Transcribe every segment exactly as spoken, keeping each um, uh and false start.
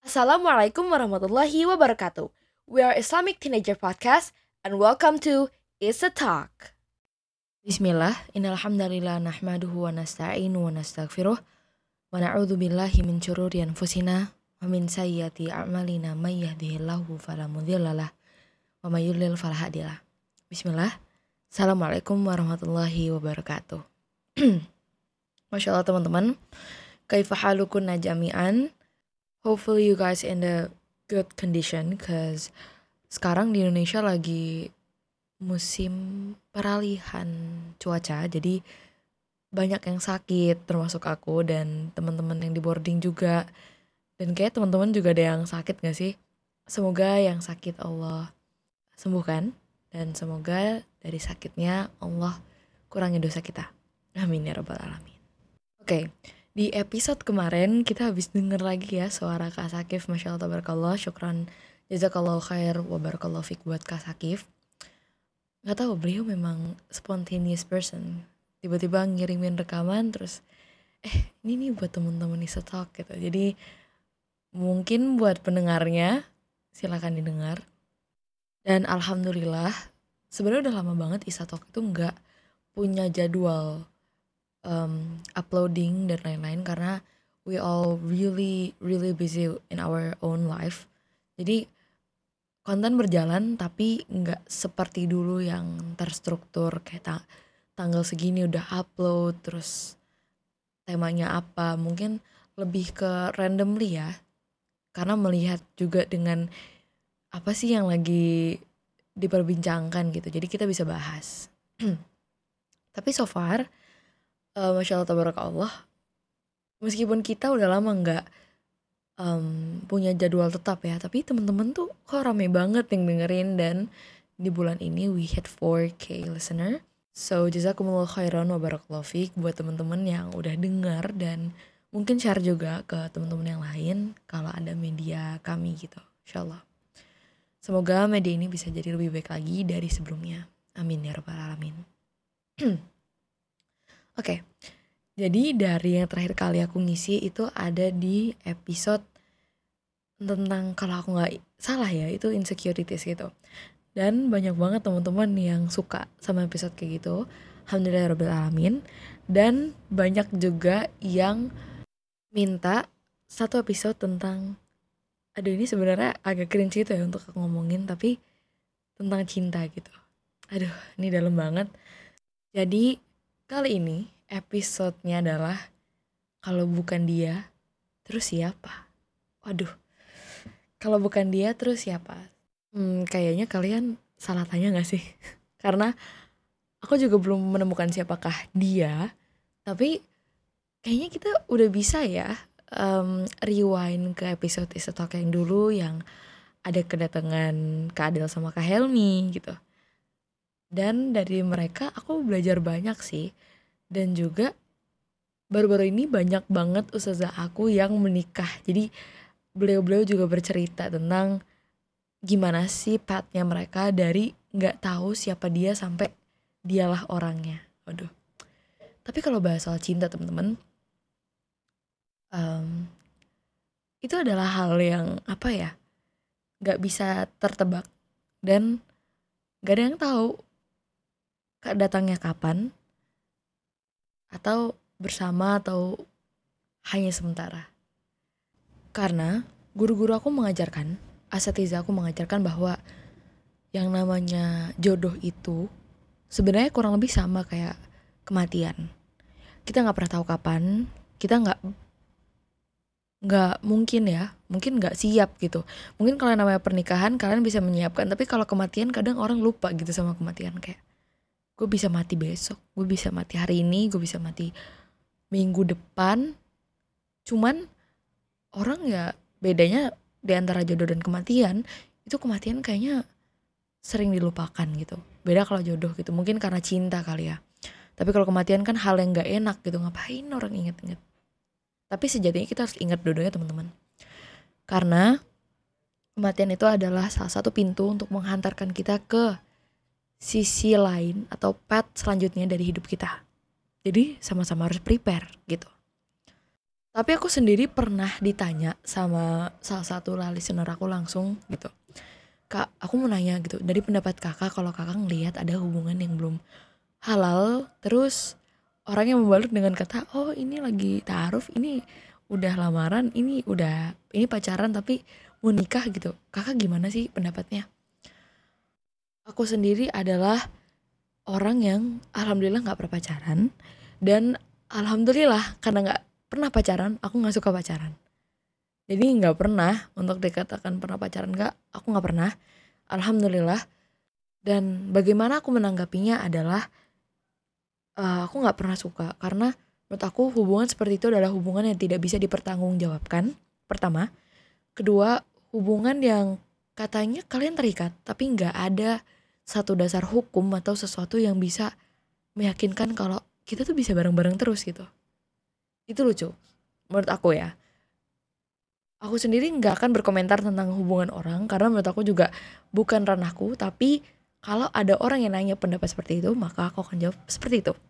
Assalamualaikum warahmatullahi wabarakatuh. We are Islamic Teenager Podcast and welcome to Is a Talk. Bismillah, innalhamdalillah nahmaduhu wa nasta'inu wa nastaghfiruh wa na'udzu billahi min syururi anfusina wa min sayyiati a'malina may yahdihillahu fala mudhillalah wa may yudlil fala hadiyalah. Bismillah. Assalamualaikum warahmatullahi wabarakatuh. Masya Allah teman-teman, kaifa halukunna jami'an. Hopefully you guys in the good condition, cause sekarang di Indonesia lagi musim peralihan cuaca, jadi banyak yang sakit termasuk aku dan teman-teman yang di boarding juga, dan kayak teman-teman juga ada yang sakit gak sih? Semoga yang sakit Allah sembuhkan dan semoga dari sakitnya Allah kurangi dosa kita. Amin ya rabbal alamin. Oke. Okay. Di episode kemarin kita habis denger lagi ya suara Kak Sakif. Masya Allah tabarakallah, syukran jazakallahu khair wa barakallahu fik buat Kak Sakif. Gak tahu, beliau memang spontaneous person, tiba-tiba ngirimin rekaman terus eh ini nih buat temen-temen Is a Talk gitu. Jadi mungkin buat pendengarnya silakan didengar. Dan alhamdulillah sebenarnya udah lama banget Is a Talk itu gak punya jadwal Um, uploading dan lain-lain karena we all really really busy in our own life. Jadi konten berjalan tapi nggak seperti dulu yang terstruktur kayak ta- tanggal segini udah upload terus temanya apa, mungkin lebih ke randomly ya, karena melihat juga dengan apa sih yang lagi diperbincangkan gitu, jadi kita bisa bahas. Tapi so far Uh, Masya Allah tabarakallah, meskipun kita udah lama gak um, punya jadwal tetap ya, tapi temen-temen tuh kok rame banget yang dengerin. Dan di bulan ini we hit four K listener. So jazakumullah khairan wa barakallahu fiik buat temen-temen yang udah denger, dan mungkin share juga ke temen-temen yang lain kalau ada media kami gitu. Insyaallah semoga media ini bisa jadi lebih baik lagi dari sebelumnya. Amin ya rabbal alamin. Oke, okay. Jadi dari yang terakhir kali aku ngisi itu ada di episode tentang, kalau aku gak salah ya, itu insecurities gitu. Dan banyak banget teman-teman yang suka sama episode kayak gitu. Alhamdulillah rabbil alamin. Dan banyak juga yang minta satu episode tentang, aduh ini sebenarnya agak cringe gitu ya untuk aku ngomongin, tapi tentang cinta gitu. Aduh ini dalam banget. Jadi kali ini episodenya adalah kalau bukan dia terus siapa? Waduh, kalau bukan dia terus siapa? Hmm, kayaknya kalian salah tanya gak sih? Karena aku juga belum menemukan siapakah dia, tapi kayaknya kita udah bisa ya um, rewind ke episode Is a Talk yang dulu yang ada kedatangan Kak Adel sama Kak Helmi gitu. Dan dari mereka aku belajar banyak sih. Dan juga baru-baru ini banyak banget ustazah aku yang menikah. Jadi beliau-beliau juga bercerita tentang gimana sih pathnya mereka dari gak tahu siapa dia sampai dialah orangnya. Waduh. Tapi kalau bahas soal cinta teman-teman, um, itu adalah hal yang apa ya, gak bisa tertebak. Dan gak ada yang tahu datangnya kapan, atau bersama atau hanya sementara. Karena guru-guru aku mengajarkan, asatidzah aku mengajarkan bahwa yang namanya jodoh itu sebenarnya kurang lebih sama kayak kematian. Kita gak pernah tahu kapan, kita gak gak mungkin ya, mungkin gak siap gitu. Mungkin kalau namanya pernikahan kalian bisa menyiapkan, tapi kalau kematian kadang orang lupa gitu sama kematian. Kayak gue bisa mati besok, gue bisa mati hari ini, gue bisa mati minggu depan. Cuman orang ya bedanya di antara jodoh dan kematian, itu kematian kayaknya sering dilupakan gitu. Beda kalau jodoh gitu, mungkin karena cinta kali ya. Tapi kalau kematian kan hal yang gak enak gitu, ngapain orang inget-inget. Tapi sejatinya kita harus ingat dua-duanya teman-teman. Karena kematian itu adalah salah satu pintu untuk menghantarkan kita ke sisi lain atau path selanjutnya dari hidup kita. Jadi sama-sama harus prepare gitu. Tapi aku sendiri pernah ditanya sama salah satu listener aku langsung gitu. Kak, aku mau nanya gitu, dari pendapat kakak kalau kakak ngelihat ada hubungan yang belum halal, terus orang yang membalut dengan kata, oh ini lagi ta'aruf, ini udah lamaran, ini udah, ini pacaran tapi mau nikah gitu. Kakak gimana sih pendapatnya? Aku sendiri adalah orang yang alhamdulillah gak pernah pacaran. Dan alhamdulillah karena gak pernah pacaran, aku gak suka pacaran. Jadi gak pernah untuk dikatakan pernah pacaran, gak, aku gak pernah. Alhamdulillah. Dan bagaimana aku menanggapinya adalah uh, aku gak pernah suka. Karena menurut aku hubungan seperti itu adalah hubungan yang tidak bisa dipertanggungjawabkan. Pertama. Kedua, hubungan yang katanya kalian terikat, tapi gak ada satu dasar hukum atau sesuatu yang bisa meyakinkan kalau kita tuh bisa bareng-bareng terus gitu. Itu lucu menurut aku ya. Aku sendiri gak akan berkomentar tentang hubungan orang karena menurut aku juga bukan ranahku. Tapi kalau ada orang yang nanya pendapat seperti itu, maka aku akan jawab seperti itu.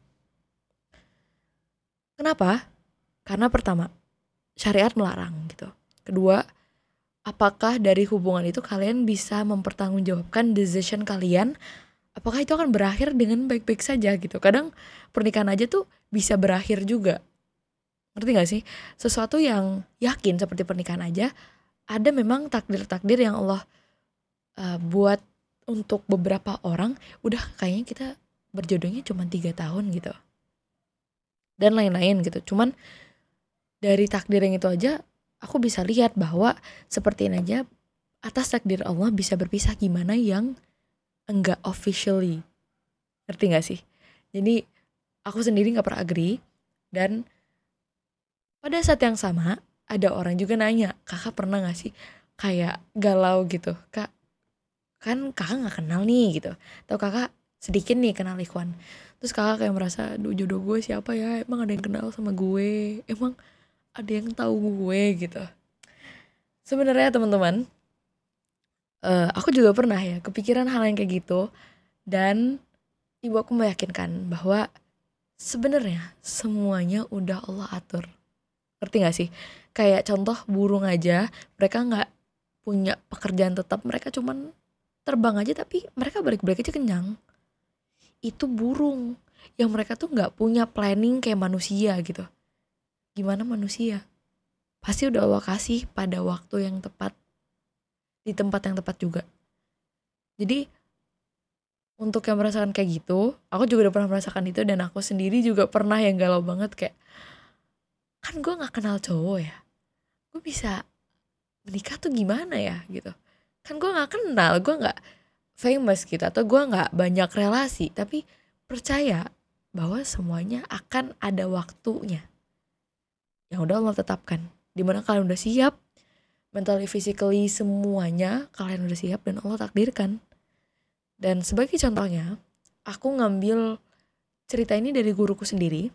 Kenapa? Karena pertama, syariat melarang gitu. Kedua, apakah dari hubungan itu kalian bisa mempertanggungjawabkan decision kalian? Apakah itu akan berakhir dengan baik-baik saja gitu. Kadang pernikahan aja tuh bisa berakhir juga. Ngerti gak sih? Sesuatu yang yakin seperti pernikahan aja, ada memang takdir-takdir yang Allah uh, buat untuk beberapa orang. Udah kayaknya kita berjodohnya cuma tiga tahun gitu. Dan lain-lain gitu. Cuman dari takdir yang itu aja, aku bisa lihat bahwa seperti ini aja atas takdir Allah bisa berpisah gimana yang enggak officially. Ngerti gak sih? Jadi aku sendiri gak pernah agree. Dan pada saat yang sama ada orang juga nanya, kakak pernah gak sih kayak galau gitu, kak kan kakak gak kenal nih gitu, atau kakak sedikit nih kenal Ikhwan, terus kakak kayak merasa, aduh jodoh gue siapa ya, emang ada yang kenal sama gue, emang ada yang tahu gue gitu. Sebenarnya teman-teman, uh, aku juga pernah ya kepikiran hal yang kayak gitu. Dan ibu aku meyakinkan bahwa sebenarnya semuanya udah Allah atur. Ngerti gak sih? Kayak contoh burung aja, mereka gak punya pekerjaan tetap, mereka cuman terbang aja tapi mereka balik-balik aja kenyang. Itu burung yang mereka tuh gak punya planning kayak manusia gitu. Gimana manusia? Pasti udah Allah kasih pada waktu yang tepat, di tempat yang tepat juga. Jadi untuk yang merasakan kayak gitu, aku juga udah pernah merasakan itu. Dan aku sendiri juga pernah yang galau banget kayak, kan gue gak kenal cowok ya, gue bisa menikah tuh gimana ya gitu. Kan gue gak kenal, gue gak famous gitu, atau gue gak banyak relasi. Tapi percaya bahwa semuanya akan ada waktunya yang udah Allah tetapkan, dimana kalian udah siap mentally, physically, semuanya kalian udah siap dan Allah takdirkan. Dan sebagai contohnya, aku ngambil cerita ini dari guruku sendiri.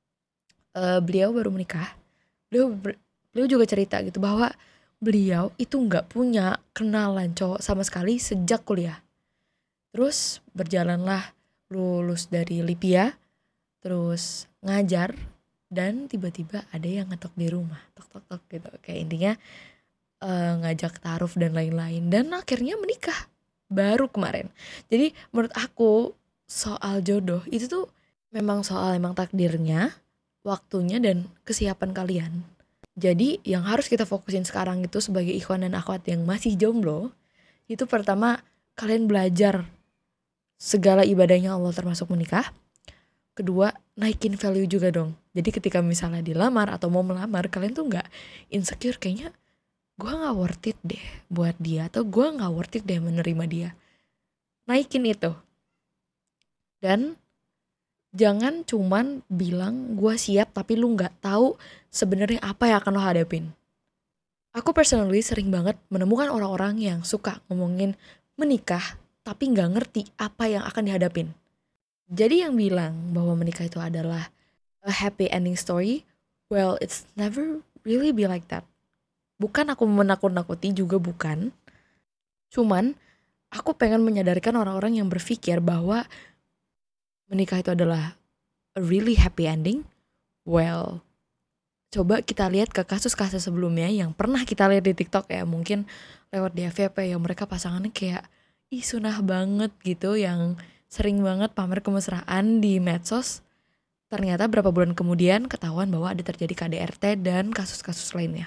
Uh, beliau baru menikah. Beliau beliau juga cerita gitu bahwa beliau itu nggak punya kenalan cowok sama sekali sejak kuliah. Terus berjalanlah lulus dari Lipia, terus ngajar, dan tiba-tiba ada yang ngetok di rumah, tok tok tok gitu. Kayak intinya uh, ngajak taaruf dan lain-lain. Dan akhirnya menikah baru kemarin. Jadi menurut aku soal jodoh itu tuh memang soal emang takdirnya, waktunya, dan kesiapan kalian. Jadi yang harus kita fokusin sekarang itu sebagai ikhwan dan akhwat yang masih jomblo, itu pertama kalian belajar segala ibadahnya Allah termasuk menikah. Kedua, naikin value juga dong. Jadi ketika misalnya dilamar atau mau melamar, kalian tuh gak insecure kayaknya gue gak worth it deh buat dia, atau gue gak worth it deh menerima dia. Naikin itu. Dan jangan cuman bilang gue siap tapi lu gak tahu sebenarnya apa yang akan lo hadapin. Aku personally sering banget menemukan orang-orang yang suka ngomongin menikah tapi gak ngerti apa yang akan dihadapin. Jadi yang bilang bahwa menikah itu adalah a happy ending story, well it's never really be like that. Bukan aku menakut-nakuti, juga bukan. Cuman aku pengen menyadarkan orang-orang yang berpikir bahwa menikah itu adalah a really happy ending. Well, coba kita lihat ke kasus-kasus sebelumnya yang pernah kita lihat di TikTok ya, mungkin lewat di F Y P ya, mereka pasangannya kayak ih sunah banget gitu, yang sering banget pamer kemesraan di medsos. Ternyata berapa bulan kemudian ketahuan bahwa ada terjadi K D R T dan kasus-kasus lainnya.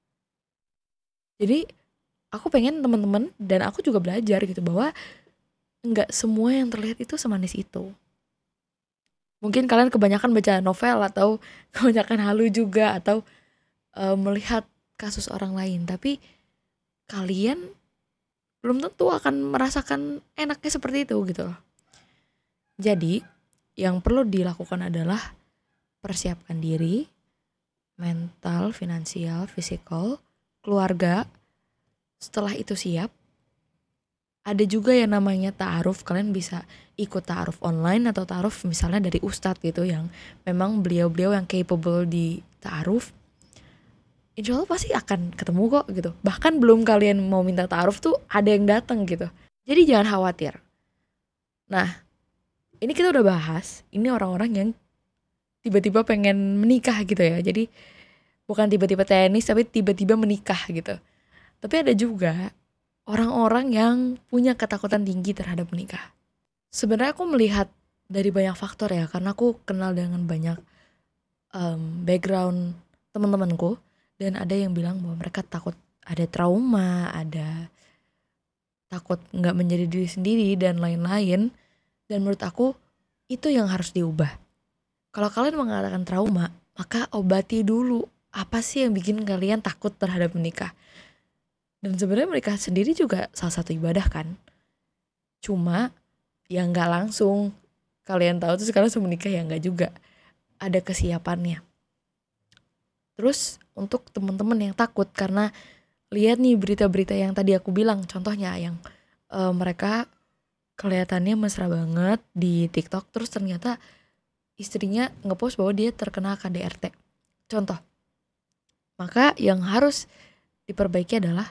Jadi aku pengen teman-teman dan aku juga belajar gitu bahwa nggak semua yang terlihat itu semanis itu. Mungkin kalian kebanyakan baca novel atau kebanyakan halu juga, atau uh, melihat kasus orang lain, tapi kalian belum tentu akan merasakan enaknya seperti itu gitu loh. Jadi yang perlu dilakukan adalah persiapkan diri, mental, finansial, fisikal, keluarga. Setelah itu siap, ada juga yang namanya ta'aruf. Kalian bisa ikut ta'aruf online atau ta'aruf misalnya dari ustadz gitu, yang memang beliau-beliau yang capable di ta'aruf. Insya Allah pasti akan ketemu kok gitu. Bahkan belum kalian mau minta ta'aruf tuh ada yang datang gitu. Jadi jangan khawatir. Nah, ini kita udah bahas, ini orang-orang yang tiba-tiba pengen menikah gitu ya. Jadi bukan tiba-tiba tenis, tapi tiba-tiba menikah gitu. Tapi ada juga orang-orang yang punya ketakutan tinggi terhadap menikah. Sebenarnya aku melihat dari banyak faktor ya, karena aku kenal dengan banyak um, background teman-temanku, dan ada yang bilang bahwa mereka takut ada trauma, ada takut nggak menjadi diri sendiri dan lain-lain. Dan menurut aku itu yang harus diubah. Kalau kalian mengatakan trauma, maka obati dulu apa sih yang bikin kalian takut terhadap menikah. Dan sebenarnya menikah sendiri juga salah satu ibadah kan. Cuma yang gak langsung kalian tahu terus kalian langsung menikah, ya gak juga. Ada kesiapannya. Terus untuk teman-teman yang takut karena lihat nih berita-berita yang tadi aku bilang, contohnya yang uh, mereka kelihatannya mesra banget di TikTok, terus ternyata istrinya ngepost bahwa dia terkena K D R T. Contoh. Maka yang harus diperbaiki adalah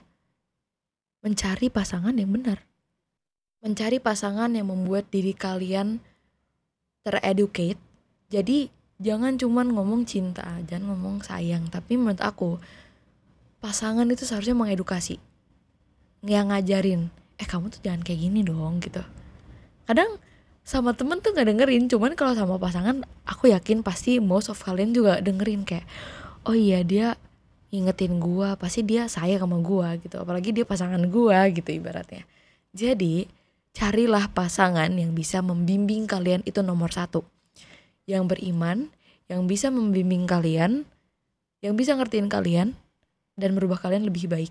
mencari pasangan yang benar. Mencari pasangan yang membuat diri kalian tereducate. Jadi jangan cuman ngomong cinta, jangan ngomong sayang. Tapi menurut aku pasangan itu seharusnya mengedukasi, yang ngajarin, eh kamu tuh jangan kayak gini dong gitu. Kadang sama temen tuh gak dengerin, cuman kalau sama pasangan aku yakin pasti most of kalian juga dengerin kayak, oh iya dia ingetin gua, pasti dia sayang sama gua gitu, apalagi dia pasangan gua gitu ibaratnya. Jadi carilah pasangan yang bisa membimbing kalian, itu nomor satu. Yang beriman, yang bisa membimbing kalian, yang bisa ngertiin kalian dan merubah kalian lebih baik.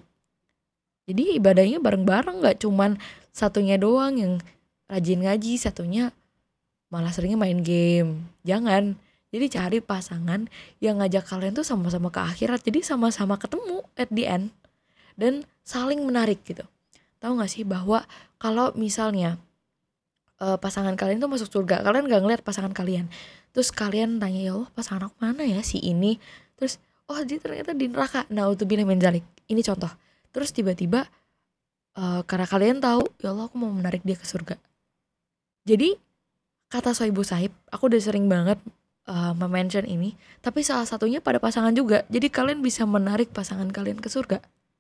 Jadi ibadahnya bareng-bareng, gak cuman satunya doang yang rajin ngaji, satunya malah seringnya main game. Jangan. Jadi cari pasangan yang ngajak kalian tuh sama-sama ke akhirat. Jadi sama-sama ketemu at the end. Dan saling menarik gitu. Tahu gak sih bahwa kalau misalnya uh, pasangan kalian tuh masuk surga, kalian gak ngeliat pasangan kalian. Terus kalian tanya, ya Allah pasangan aku mana ya si ini. Terus oh dia ternyata di neraka. Na'udzubillah min dzalik. Ini contoh. Terus tiba-tiba uh, karena kalian tahu, ya Allah aku mau menarik dia ke surga. Jadi kata Sohibul Sahib, aku udah sering banget Uh, mention ini, tapi salah satunya pada pasangan juga. Jadi kalian bisa menarik pasangan kalian ke surga.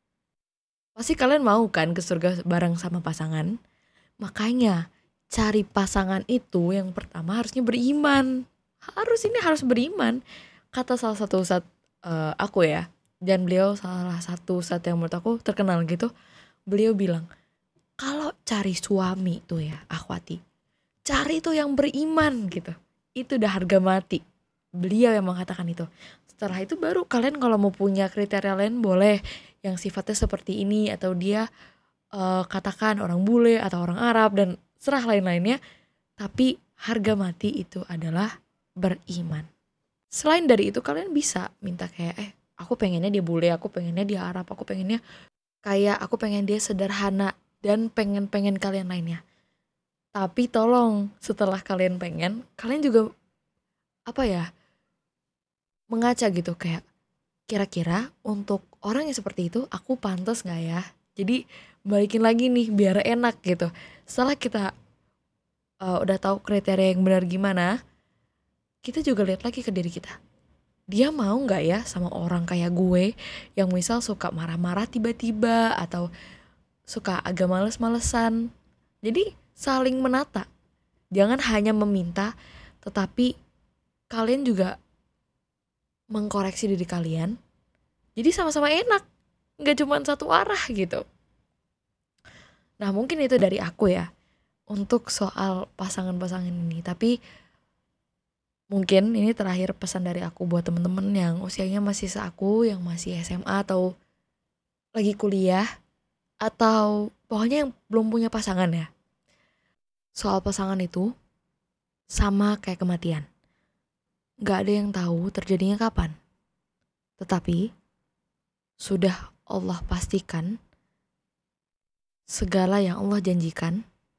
Pasti kalian mau kan ke surga bareng sama pasangan. Makanya cari pasangan itu yang pertama harusnya beriman. Harus ini harus beriman. Kata salah satu ustadz uh, aku ya, dan beliau salah satu ustadz yang menurut aku terkenal gitu. Beliau bilang, kalau cari suami tuh ya akhwati, cari tuh yang beriman gitu. Itu udah harga mati. Beliau yang mengatakan itu. Setelah itu baru kalian kalau mau punya kriteria lain boleh, yang sifatnya seperti ini, atau dia uh, katakan orang bule atau orang Arab dan serah lain-lainnya. Tapi harga mati itu adalah beriman. Selain dari itu kalian bisa minta kayak, eh aku pengennya dia bule, aku pengennya dia Arab, aku pengennya kayak, aku pengen dia sederhana, dan pengen-pengen kalian lainnya. Tapi tolong setelah kalian pengen, kalian juga apa ya, mengaca gitu kayak, kira-kira untuk orang yang seperti itu aku pantas gak ya? Jadi balikin lagi nih biar enak gitu. Setelah kita uh, udah tahu kriteria yang benar gimana, kita juga lihat lagi ke diri kita. dia mau gak ya sama orang kayak gue yang misal suka marah-marah tiba-tiba atau suka agak males-malesan. Jadi saling menata. Jangan hanya meminta, tetapi kalian juga mengkoreksi diri kalian. Jadi sama-sama enak, gak cuma satu arah gitu. Nah mungkin itu dari aku ya, untuk soal pasangan-pasangan ini. Tapi mungkin ini terakhir pesan dari aku buat temen-temen yang usianya masih seaku, yang masih S M A atau lagi kuliah, atau pokoknya yang belum punya pasangan ya. Soal pasangan itu sama kayak kematian. Gak ada yang tahu terjadinya kapan. Tetapi sudah Allah pastikan segala yang Allah janjikan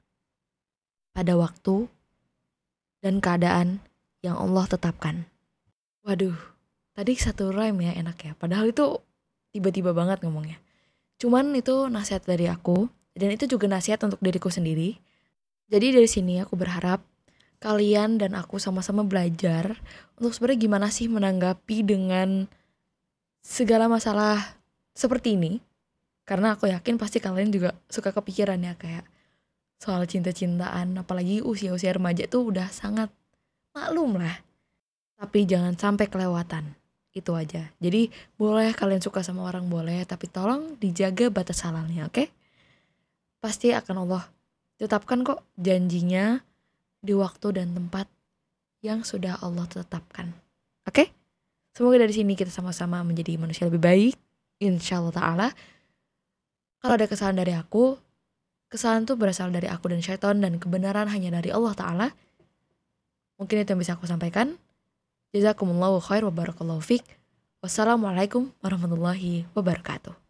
pada waktu dan keadaan yang Allah tetapkan. Waduh, tadi satu rhyme ya enak ya. Padahal itu tiba-tiba banget ngomongnya. Cuman itu nasihat dari aku, dan itu juga nasihat untuk diriku sendiri. Jadi dari sini aku berharap kalian dan aku sama-sama belajar untuk sebenarnya gimana sih menanggapi dengan segala masalah seperti ini. Karena aku yakin pasti kalian juga suka kepikiran ya kayak soal cinta-cintaan, apalagi usia-usia remaja tuh udah sangat maklum lah. Tapi jangan sampai kelewatan. Itu aja. Jadi boleh kalian suka sama orang boleh, tapi tolong dijaga batas halalnya, oke? Okay? Pasti akan Allah tetapkan kok janjinya di waktu dan tempat yang sudah Allah tetapkan. Oke? Okay? Semoga dari sini kita sama-sama menjadi manusia lebih baik. Insyaallah ta'ala. Kalau ada kesalahan dari aku, kesalahan itu berasal dari aku dan syaitan, dan kebenaran hanya dari Allah ta'ala. Mungkin itu yang bisa aku sampaikan. Jazakumullahu khair wa barakallahu fiq. Wassalamualaikum warahmatullahi wabarakatuh.